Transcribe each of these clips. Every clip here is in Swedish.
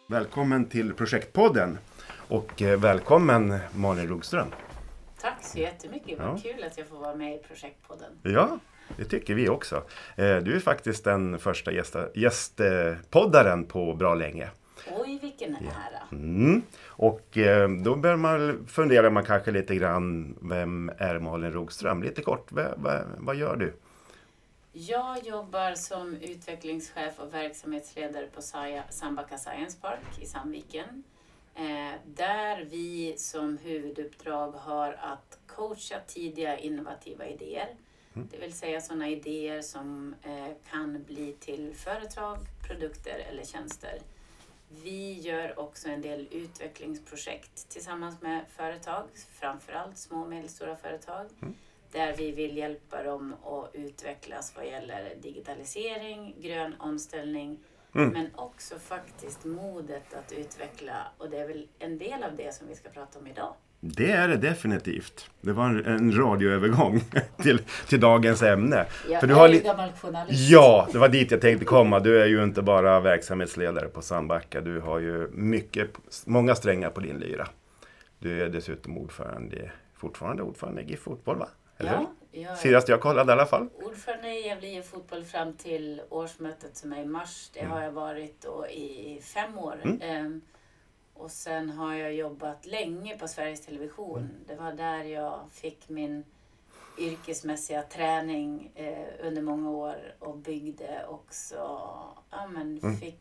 Välkommen till Projektpodden och välkommen Malin Rogström. Tack så jättemycket, vad kul att jag får vara med i Projektpodden. Ja, det tycker vi också. Du är faktiskt den första gästpoddaren på bra länge. Oj, vilken ära. Och då bör man fundera man kanske lite grann, vem är Malin Rogström? Lite kort, vad gör du? Jag jobbar som utvecklingschef och verksamhetsledare på Sandbacka Science Park i Sandviken. Där vi som huvuduppdrag har att coacha tidiga innovativa idéer. Det vill säga sådana idéer som kan bli till företag, produkter eller tjänster. Vi gör också en del utvecklingsprojekt tillsammans med företag, framförallt små och medelstora företag. Där vi vill hjälpa dem att utvecklas vad gäller digitalisering, grön omställning, men också faktiskt modet att utveckla. Och det är väl en del av det som vi ska prata om idag. Det är det definitivt. Det var en radioövergång till dagens ämne. Jag För du är har ju gammal journalist. Ja, det var dit jag tänkte komma. Du är ju inte bara verksamhetsledare på Sandbacka. Du har ju många strängar på din lyra. Du är dessutom fortfarande ordförande i GIF Fotboll, va? Eller? Ja, Senast jag kollade i alla fall. Ordförande i Gävle IF Fotboll fram till årsmötet som är i mars. Det har jag varit då i 5 år. Och sen har jag jobbat länge på Sveriges Television. Det var där jag fick min yrkesmässiga träning under många år och byggde också, fick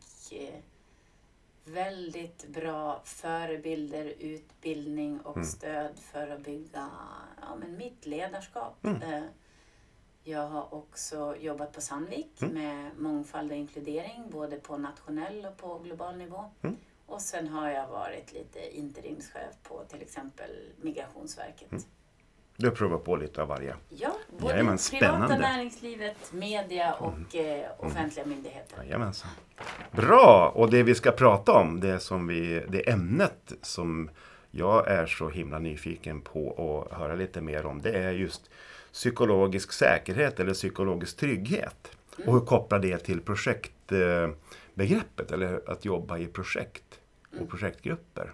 väldigt bra förebilder, utbildning och stöd för att bygga mitt ledarskap. Jag har också jobbat på Sandvik med mångfald och inkludering både på nationell och på global nivå. Och sen har jag varit lite interimschef på till exempel Migrationsverket. Du har provat på lite av varje. Ja, både privata näringslivet, media och offentliga myndigheter. Jajamensan. Bra! Och det vi ska prata om, det ämnet som jag är så himla nyfiken på att höra lite mer om, det är just psykologisk säkerhet eller psykologisk trygghet. Och hur kopplar det till projektbegreppet eller att jobba i projekt och projektgrupper.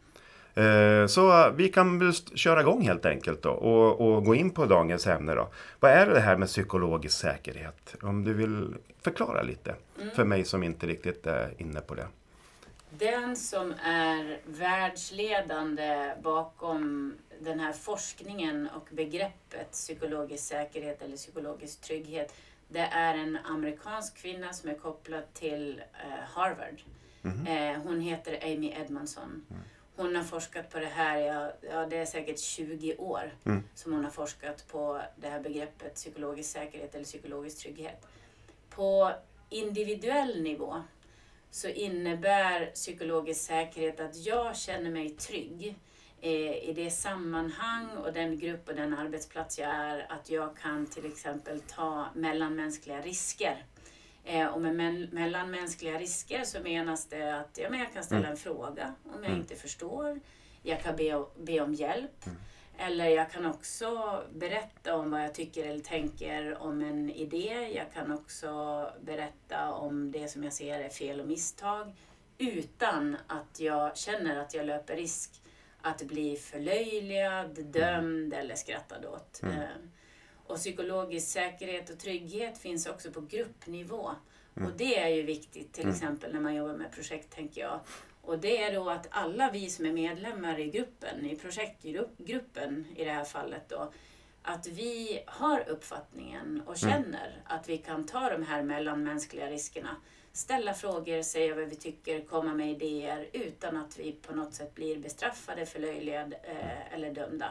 Så vi kan väl köra igång helt enkelt då och gå in på dagens ämne då. Vad är det här med psykologisk säkerhet? Om du vill förklara lite för mig som inte riktigt är inne på det. Den som är världsledande bakom den här forskningen och begreppet psykologisk säkerhet eller psykologisk trygghet, det är en amerikansk kvinna som är kopplad till Harvard. Hon heter Amy Edmondson. Hon har forskat på det här, det är säkert 20 år som hon har forskat på det här begreppet psykologisk säkerhet eller psykologisk trygghet. På individuell nivå så innebär psykologisk säkerhet att jag känner mig trygg i det sammanhang och den grupp och den arbetsplats jag är, att jag kan till exempel ta mellanmänskliga risker. Och med mellanmänskliga risker så menas det att jag kan ställa en fråga om jag inte förstår. Jag kan be om hjälp. Eller jag kan också berätta om vad jag tycker eller tänker om en idé. Jag kan också berätta om det som jag ser är fel och misstag. Utan att jag känner att jag löper risk att bli förlöjligad, dömd eller skrattad åt. Och psykologisk säkerhet och trygghet finns också på gruppnivå. Och det är ju viktigt till exempel när man jobbar med projekt, tänker jag. Och det är då att alla vi som är medlemmar i gruppen, i projektgruppen i det här fallet då, att vi har uppfattningen och känner att vi kan ta de här mellanmänskliga riskerna. Ställa frågor, säga vad vi tycker, komma med idéer utan att vi på något sätt blir bestraffade, förlöjligade eller dömda.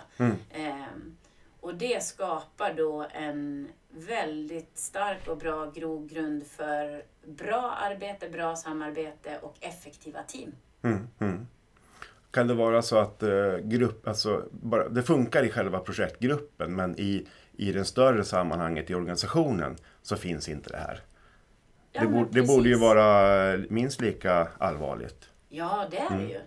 Och det skapar då en väldigt stark och bra grogrund för bra arbete, bra samarbete och effektiva team. Kan det vara så att det funkar i själva projektgruppen, men i det större sammanhanget i organisationen så finns inte det här? Ja, det borde ju vara minst lika allvarligt. Ja, det är det ju.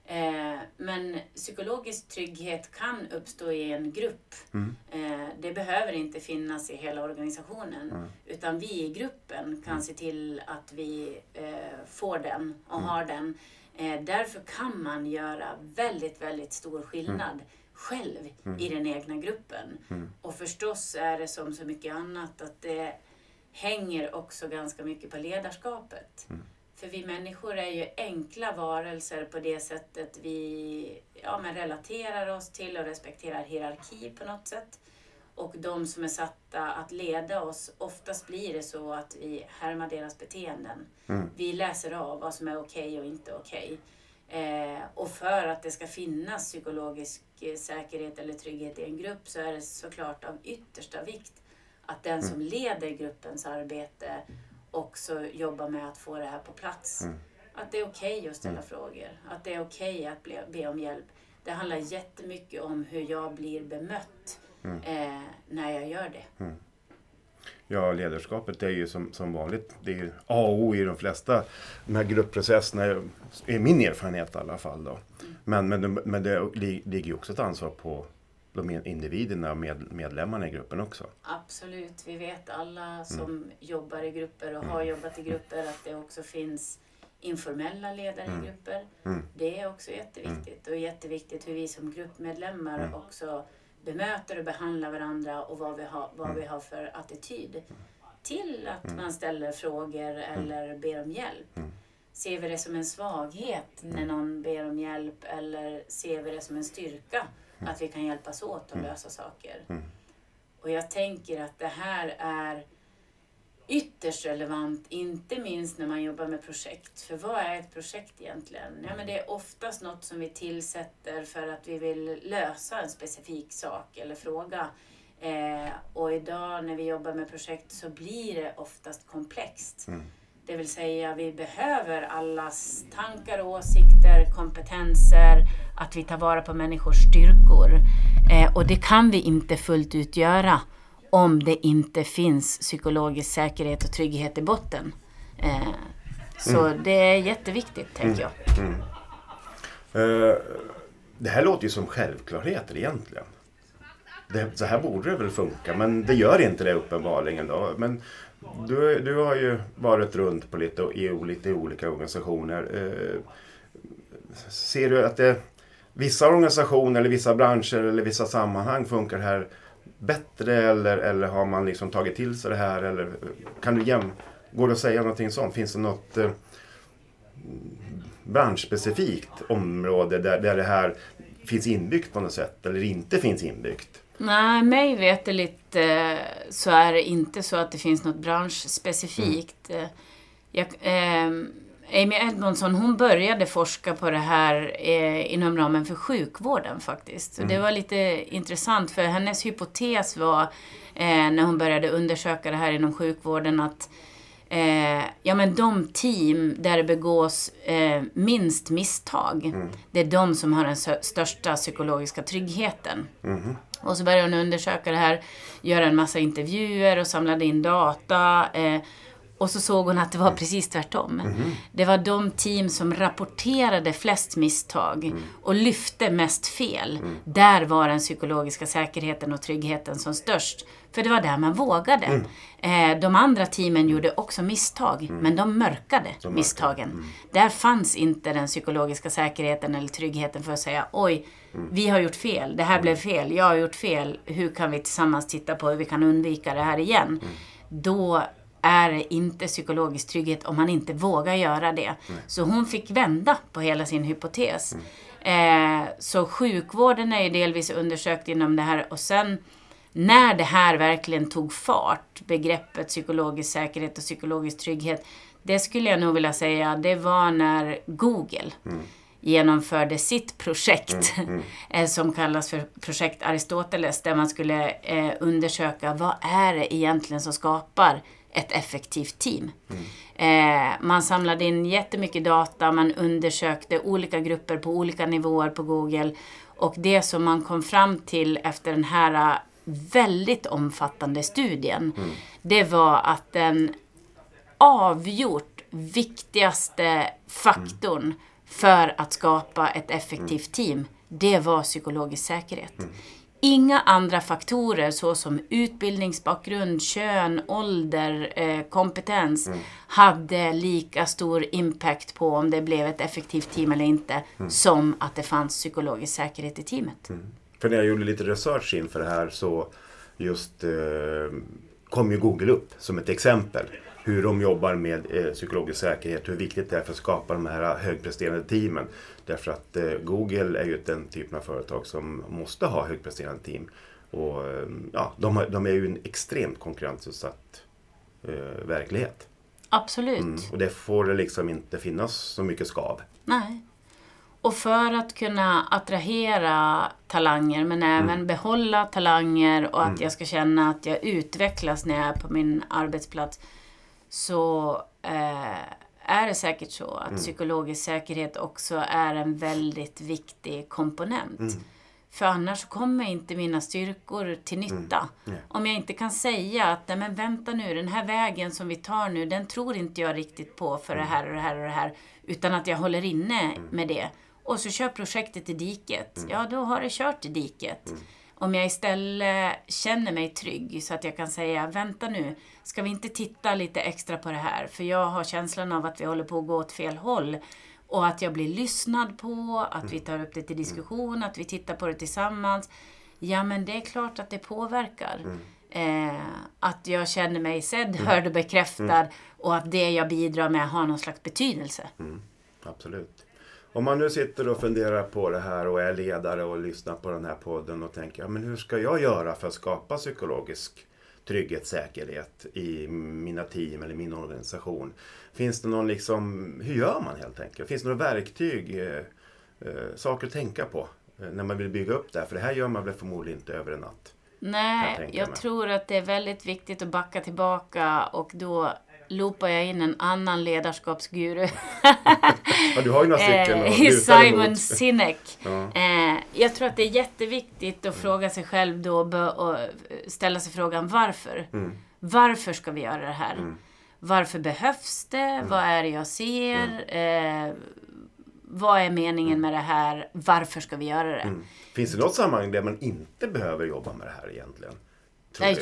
Men psykologisk trygghet kan uppstå i en grupp. Det behöver inte finnas i hela organisationen. Utan vi i gruppen kan se till att vi får den och har den. Därför kan man göra väldigt, väldigt stor skillnad själv i den egna gruppen. Och förstås är det som så mycket annat att det hänger också ganska mycket på ledarskapet. För vi människor är ju enkla varelser på det sättet vi relaterar oss till och respekterar hierarki på något sätt. Och de som är satta att leda oss, oftast blir det så att vi härmar deras beteenden. Vi läser av vad som är okej och inte okej. Och för att det ska finnas psykologisk säkerhet eller trygghet i en grupp så är det såklart av yttersta vikt att den som leder gruppens arbete också jobbar med att få det här på plats. Att det är okej att ställa frågor. Att det är okej att be om hjälp. Det handlar jättemycket om hur jag blir bemött när jag gör det. Ja, ledarskapet är ju som vanligt, det är ju A och O i de flesta de här gruppprocesserna, är min erfarenhet i alla fall då. Men det ligger ju också ett ansvar på de individerna och medlemmarna i gruppen också. Absolut, vi vet alla som jobbar i grupper och har jobbat i grupper att det också finns informella ledare i grupper. Det är också jätteviktigt och jätteviktigt hur vi som gruppmedlemmar också bemöter och behandlar varandra och vad vi har för attityd till att man ställer frågor eller ber om hjälp. Ser vi det som en svaghet när någon ber om hjälp eller ser vi det som en styrka att vi kan hjälpas åt att lösa saker? Och jag tänker att det här är ytterst relevant, inte minst när man jobbar med projekt. För vad är ett projekt egentligen? Ja, men det är oftast något som vi tillsätter för att vi vill lösa en specifik sak eller fråga. Och idag när vi jobbar med projekt så blir det oftast komplext. Det vill säga vi behöver allas tankar, åsikter, kompetenser, att vi tar vara på människors styrkor. Och det kan vi inte fullt ut göra om det inte finns psykologisk säkerhet och trygghet i botten. Så det är jätteviktigt, tänker jag. Det här låter ju som självklarheter egentligen. Så här borde det väl funka, men det gör inte det uppenbarligen då. Men du har ju varit runt på lite olika organisationer. Ser du att vissa organisationer eller vissa branscher eller vissa sammanhang funkar här bättre eller har man liksom tagit till sig det här? Eller går det att säga någonting sånt? Finns det något branschspecifikt område där det här finns inbyggt på något sätt eller inte finns inbyggt? Nej, mig veteligt så är det inte så att det finns något branschspecifikt. Amy Edmondson, hon började forska på det här inom ramen för sjukvården faktiskt. Så det var lite intressant för hennes hypotes var när hon började undersöka det här inom sjukvården att men de team där det begås minst misstag, det är de som har den största psykologiska tryggheten. Och så började hon undersöka det här, göra en massa intervjuer och samlade in data. Och så såg hon att det var precis tvärtom. Det var de team som rapporterade flest misstag och lyfte mest fel. Där var den psykologiska säkerheten och tryggheten som störst. För det var där man vågade. De andra teamen gjorde också misstag, men de mörkade misstagen. Där fanns inte den psykologiska säkerheten eller tryggheten för att säga oj, vi har gjort fel, det här blev fel, jag har gjort fel. Hur kan vi tillsammans titta på hur vi kan undvika det här igen? Då är det inte psykologisk trygghet om man inte vågar göra det. Så hon fick vända på hela sin hypotes. Så sjukvården är ju delvis undersökt inom det här. Och sen när det här verkligen tog fart, begreppet psykologisk säkerhet och psykologisk trygghet, det skulle jag nog vilja säga, det var när Google genomförde sitt projekt som kallas för projekt Aristoteles, där man skulle undersöka vad är det egentligen som skapar ett effektivt team. Man samlade in jättemycket data, man undersökte olika grupper på olika nivåer på Google, och det som man kom fram till efter den här väldigt omfattande studien, det var att den avgjort viktigaste faktorn för att skapa ett effektivt team, det var psykologisk säkerhet. Inga andra faktorer såsom utbildningsbakgrund, kön, ålder, kompetens hade lika stor impact på om det blev ett effektivt team eller inte som att det fanns psykologisk säkerhet i teamet. För när jag gjorde lite research inför det här så just kom ju Google upp som ett exempel. Hur de jobbar med psykologisk säkerhet, hur viktigt det är för att skapa de här högpresterande teamen. Därför att Google är ju den typen av företag som måste ha högpresterande team. Och ja, de är ju en extremt konkurrensutsatt verklighet. Absolut. Och det får det liksom inte finnas så mycket skav. Nej. Och för att kunna attrahera talanger men även behålla talanger och att jag ska känna att jag utvecklas när jag är på min arbetsplats, så är det säkert så att psykologisk säkerhet också är en väldigt viktig komponent. För annars kommer inte mina styrkor till nytta. Om jag inte kan säga att nej men vänta nu, den här vägen som vi tar nu, den tror inte jag riktigt på för det här och det här och det här. Utan att jag håller inne med det. Och så kör projektet i diket. Ja, då har det kört i diket. Om jag istället känner mig trygg så att jag kan säga, vänta nu, ska vi inte titta lite extra på det här? För jag har känslan av att vi håller på att gå åt fel håll. Och att jag blir lyssnad på, att vi tar upp det till diskussion, att vi tittar på det tillsammans. Ja, men det är klart att det påverkar. Att jag känner mig sedd, hörd och bekräftad. Och att det jag bidrar med har någon slags betydelse. Absolut. Om man nu sitter och funderar på det här och är ledare och lyssnar på den här podden och tänker, ja, men hur ska jag göra för att skapa psykologisk trygghet, säkerhet i mina team eller min organisation? Finns det någon liksom, hur gör man helt enkelt? Finns det några verktyg, saker att tänka på när man vill bygga upp det här? För det här gör man väl förmodligen inte över en natt. Nej, jag tror att det är väldigt viktigt att backa tillbaka och då loopar jag in en annan ledarskapsguru. Ja, du har ju några stycken. Simon Sinek. Ja. Jag tror att det är jätteviktigt att fråga sig själv då och ställa sig frågan varför. Varför ska vi göra det här? Varför behövs det? Vad är det jag ser? Vad är meningen med det här? Varför ska vi göra det? Finns det något sammanhang där man inte behöver jobba med det här egentligen? Nej,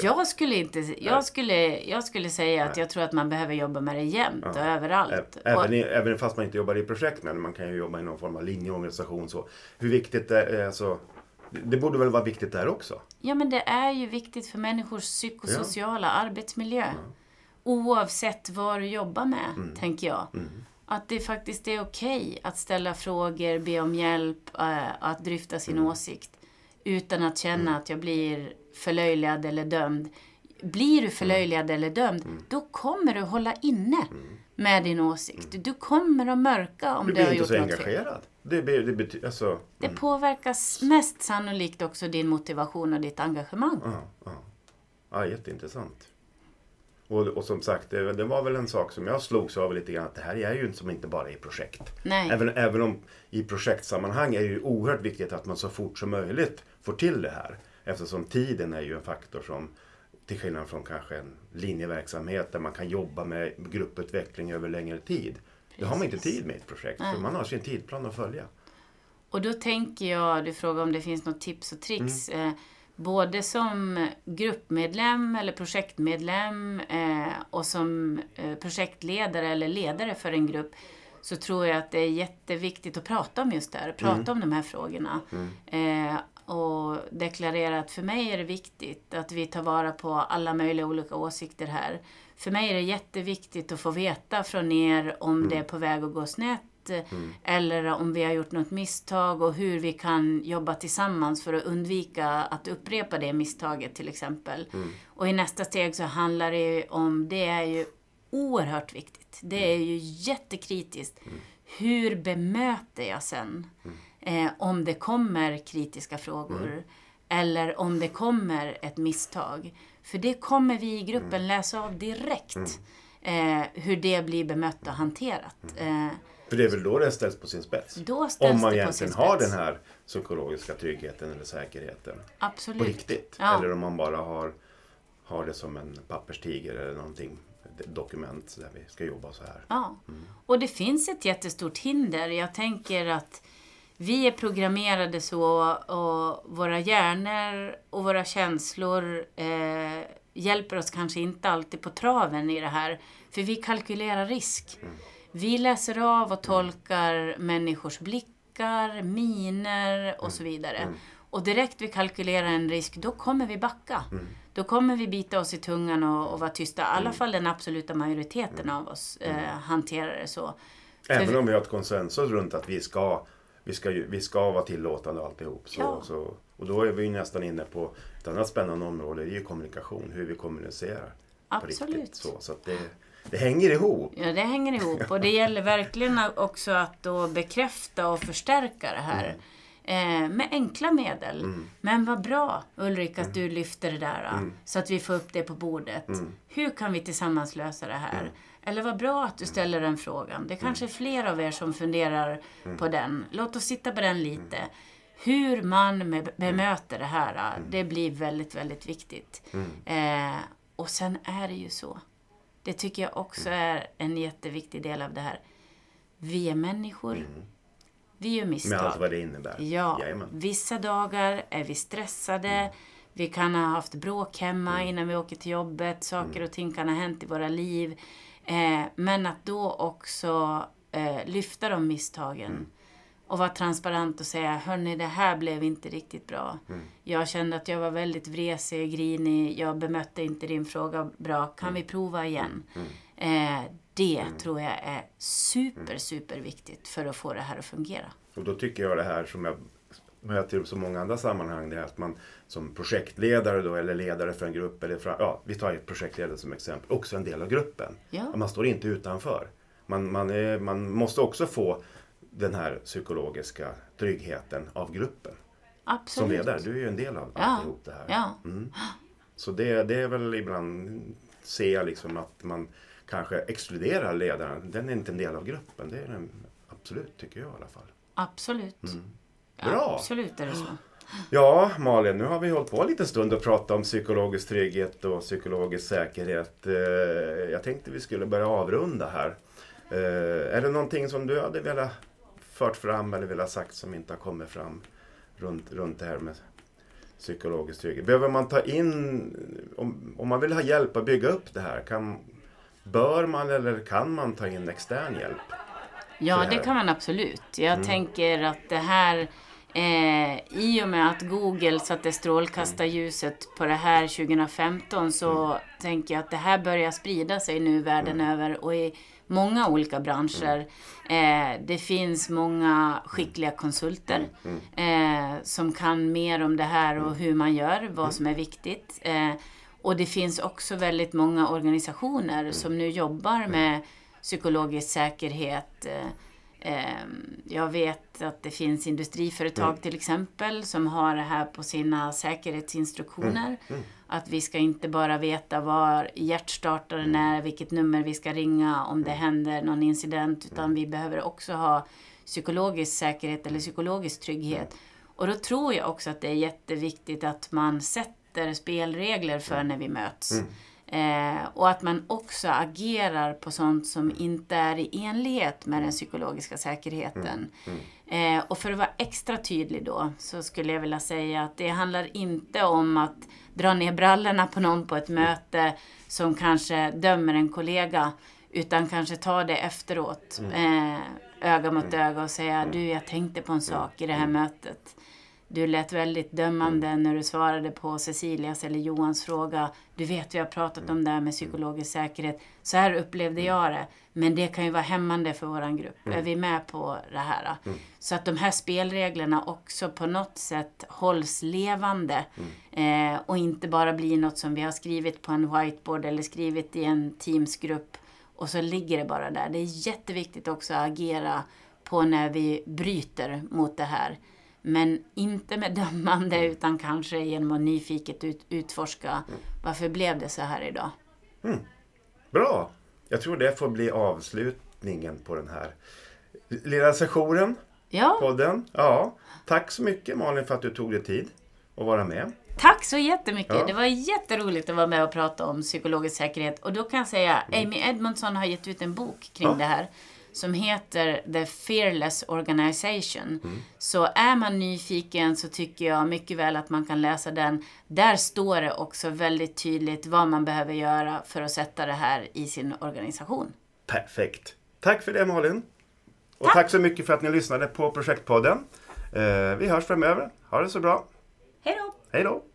jag skulle säga att jag tror att man behöver jobba med det jämt och överallt. Även fast man inte jobbar i projekt, men man kan ju jobba i någon form av linjeorganisation. Så. Hur viktigt det är, alltså, det borde väl vara viktigt där också? Ja, men det är ju viktigt för människors psykosociala arbetsmiljö. Oavsett vad du jobbar med, tänker jag. Att det faktiskt är okej att ställa frågor, be om hjälp, att dryfta sin åsikt. Utan att känna att jag blir förlöjligad eller dömd. Blir du förlöjligad eller dömd, då kommer du hålla inne med din åsikt. Du kommer att mörka om du har gjort något fel. Du blir inte så engagerad. Det påverkas mest sannolikt också din motivation och ditt engagemang. Ja, jätteintressant. Och som sagt, det var väl en sak som jag slogs av lite grann, att det här är ju inte bara i projekt. Nej. Även om i projektsammanhang är det ju oerhört viktigt att man så fort som möjligt får till det här. Eftersom tiden är ju en faktor som, till skillnad från kanske en linjeverksamhet där man kan jobba med grupputveckling över längre tid. Det har man inte tid med i ett projekt, för man har sin tidplan att följa. Och då tänker jag, du frågar om det finns något tips och tricks. Både som gruppmedlem eller projektmedlem och som projektledare eller ledare för en grupp, så tror jag att det är jätteviktigt att prata om just det här. Prata om de här frågorna. Och deklarera att för mig är det viktigt att vi tar vara på alla möjliga olika åsikter här. För mig är det jätteviktigt att få veta från er om det är på väg att gå snett. Eller om vi har gjort något misstag och hur vi kan jobba tillsammans för att undvika att upprepa det misstaget till exempel. Och i nästa steg så handlar det ju om, det är ju oerhört viktigt. Det är ju jättekritiskt. Hur bemöter jag sen? Om det kommer kritiska frågor eller om det kommer ett misstag. För det kommer vi i gruppen läsa av direkt. Hur det blir bemött och hanterat. För det är väl då det ställs på sin spets? Om man egentligen har den här psykologiska tryggheten eller säkerheten. Absolut. På riktigt. Ja. Eller om man bara har det som en papperstiger eller någonting, ett dokument där vi ska jobba så här. Ja, och det finns ett jättestort hinder. Jag tänker att Vi är programmerade så och våra hjärnor och våra känslor hjälper oss kanske inte alltid på traven i det här. För vi kalkylerar risk. Vi läser av och tolkar människors blickar, miner och så vidare. Och direkt vi kalkylerar en risk, då kommer vi backa. Då kommer vi bita oss i tungan och vara tysta. I alla fall den absoluta majoriteten av oss hanterar det så. Även om vi har ett konsensus runt att vi ska vara tillåtande och alltihop. Och då är vi nästan inne på ett annat spännande område, det är ju kommunikation, hur vi kommunicerar. Absolut. Så att det hänger ihop. Ja, det hänger ihop. Och det gäller verkligen också att då bekräfta och förstärka det här. Med enkla medel. Men vad bra, Ulrik, att du lyfter det där. Så att vi får upp det på bordet. Hur kan vi tillsammans lösa det här? Eller vad bra att du ställer den frågan. Det kanske är fler av er som funderar på den. Låt oss sitta på den lite. Hur man bemöter det här, det blir väldigt, väldigt viktigt. Och sen är det ju så. Det tycker jag också är en jätteviktig del av det här. Vi är människor. Vi gör misstag. Med allt vad det innebär. Ja, vissa dagar är vi stressade. Vi kan ha haft bråk hemma innan vi åker till jobbet. Saker och ting kan ha hänt i våra liv. Men att då också lyfta de misstagen. Och vara transparent och säga, hörni, det här blev inte riktigt bra. Jag kände att jag var väldigt vresig och grinig. Jag bemötte inte din fråga bra. Kan vi prova igen? Det tror jag är super viktigt för att få det här att fungera. Och då tycker jag det här som jag möter i så många andra sammanhang, det är att man som projektledare då, eller ledare för en grupp, eller vi tar ett projektledare som exempel, också en del av gruppen. Ja. Man står inte utanför. Man måste också få den här psykologiska tryggheten av gruppen. Absolut. Som ledare, du är ju en del av alltihop det här. Ja. Så det är väl ibland, ser jag liksom att man kanske exkluderar ledaren. Den är inte en del av gruppen. Det är den absolut, tycker jag i alla fall. Absolut. Bra. Absolut är det så. Ja, Malin, nu har vi hållit på en liten stund och pratat om psykologisk trygghet och psykologisk säkerhet. Jag tänkte vi skulle börja avrunda här. Är det någonting som du hade velat fört fram eller velat sagt som inte har kommit fram runt det här med psykologisk trygghet? Behöver man ta in, om man vill ha hjälp att bygga upp det här, bör man eller kan man ta in extern hjälp? Ja, det kan man absolut. Jag tänker att det här, i och med att Google satte strålkastarljuset på det här 2015, så tänker jag att det här börjar sprida sig nu världen över och i många olika branscher. Det finns många skickliga konsulter som kan mer om det här och hur man gör, vad som är viktigt. Och det finns också väldigt många organisationer som nu jobbar med psykologisk säkerhet. Jag vet att det finns industriföretag till exempel som har det här på sina säkerhetsinstruktioner. Att vi ska inte bara veta var hjärtstartaren är, vilket nummer vi ska ringa om det händer någon incident, utan vi behöver också ha psykologisk säkerhet eller psykologisk trygghet. Och då tror jag också att det är jätteviktigt att man sätter spelregler för när vi möts. Och att man också agerar på sånt som inte är i enlighet med den psykologiska säkerheten. Och för att vara extra tydlig då, så skulle jag vilja säga att det handlar inte om att dra ner brallorna på någon på ett möte som kanske dömer en kollega, utan kanske ta det efteråt, öga mot öga, och säga, du, jag tänkte på en sak i det här mötet. Du lät väldigt dömande när du svarade på Cecilias eller Johans fråga. Du vet, vi har pratat om det här med psykologisk säkerhet. Så här upplevde jag det. Men det kan ju vara hämmande för våran grupp. Är vi med på det här? Så att de här spelreglerna också på något sätt hålls levande. Och inte bara blir något som vi har skrivit på en whiteboard eller skrivit i en Teamsgrupp. Och så ligger det bara där. Det är jätteviktigt också att agera på när vi bryter mot det här. Men inte med dömande, utan kanske genom att nyfiket utforska varför blev det så här idag. Bra! Jag tror det får bli avslutningen på den här lilla sessionen. Podden. Ja. Tack så mycket, Malin, för att du tog dig tid att vara med. Tack så jättemycket. Ja. Det var jätteroligt att vara med och prata om psykologisk säkerhet. Och då kan jag säga, Amy Edmondson har gett ut en bok kring det här. som heter The Fearless Organization. Så är man nyfiken så tycker jag mycket väl att man kan läsa den. Där står det också väldigt tydligt vad man behöver göra för att sätta det här i sin organisation. Perfekt. Tack för det, Malin. Och tack så mycket för att ni lyssnade på Projektpodden. Vi hörs framöver. Ha det så bra. Hej då! Hej då!